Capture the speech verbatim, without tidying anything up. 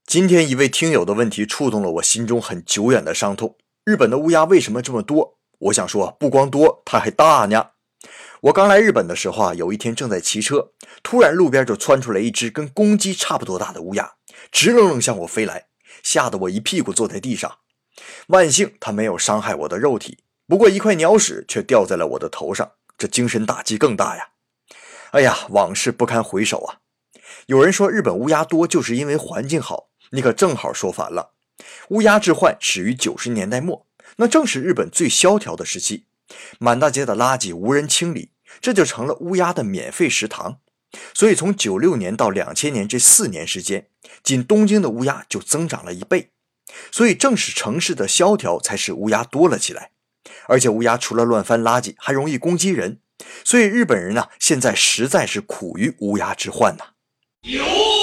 今天一位听友的问题触动了我心中很久远的伤痛。日本的乌鸦为什么这么多？我想说，不光多，它还大呢。我刚来日本的时候啊，有一天正在骑车，突然路边就窜出来一只跟公鸡差不多大的乌鸦，直愣愣向我飞来，吓得我一屁股坐在地上。万幸它没有伤害我的肉体，不过一块鸟屎却掉在了我的头上，这精神打击更大呀。哎呀，往事不堪回首啊。有人说日本乌鸦多就是因为环境好，你可正好说反了。乌鸦致患始于九十年代末，那正是日本最萧条的时期，满大街的垃圾无人清理，这就成了乌鸦的免费食堂。所以从九六年到两千年这四年时间，仅东京的乌鸦就增长了一倍。所以正是城市的萧条才使乌鸦多了起来。而且乌鸦除了乱翻垃圾，还容易攻击人，所以日本人呢、啊，现在实在是苦于乌鸦之患呐、啊。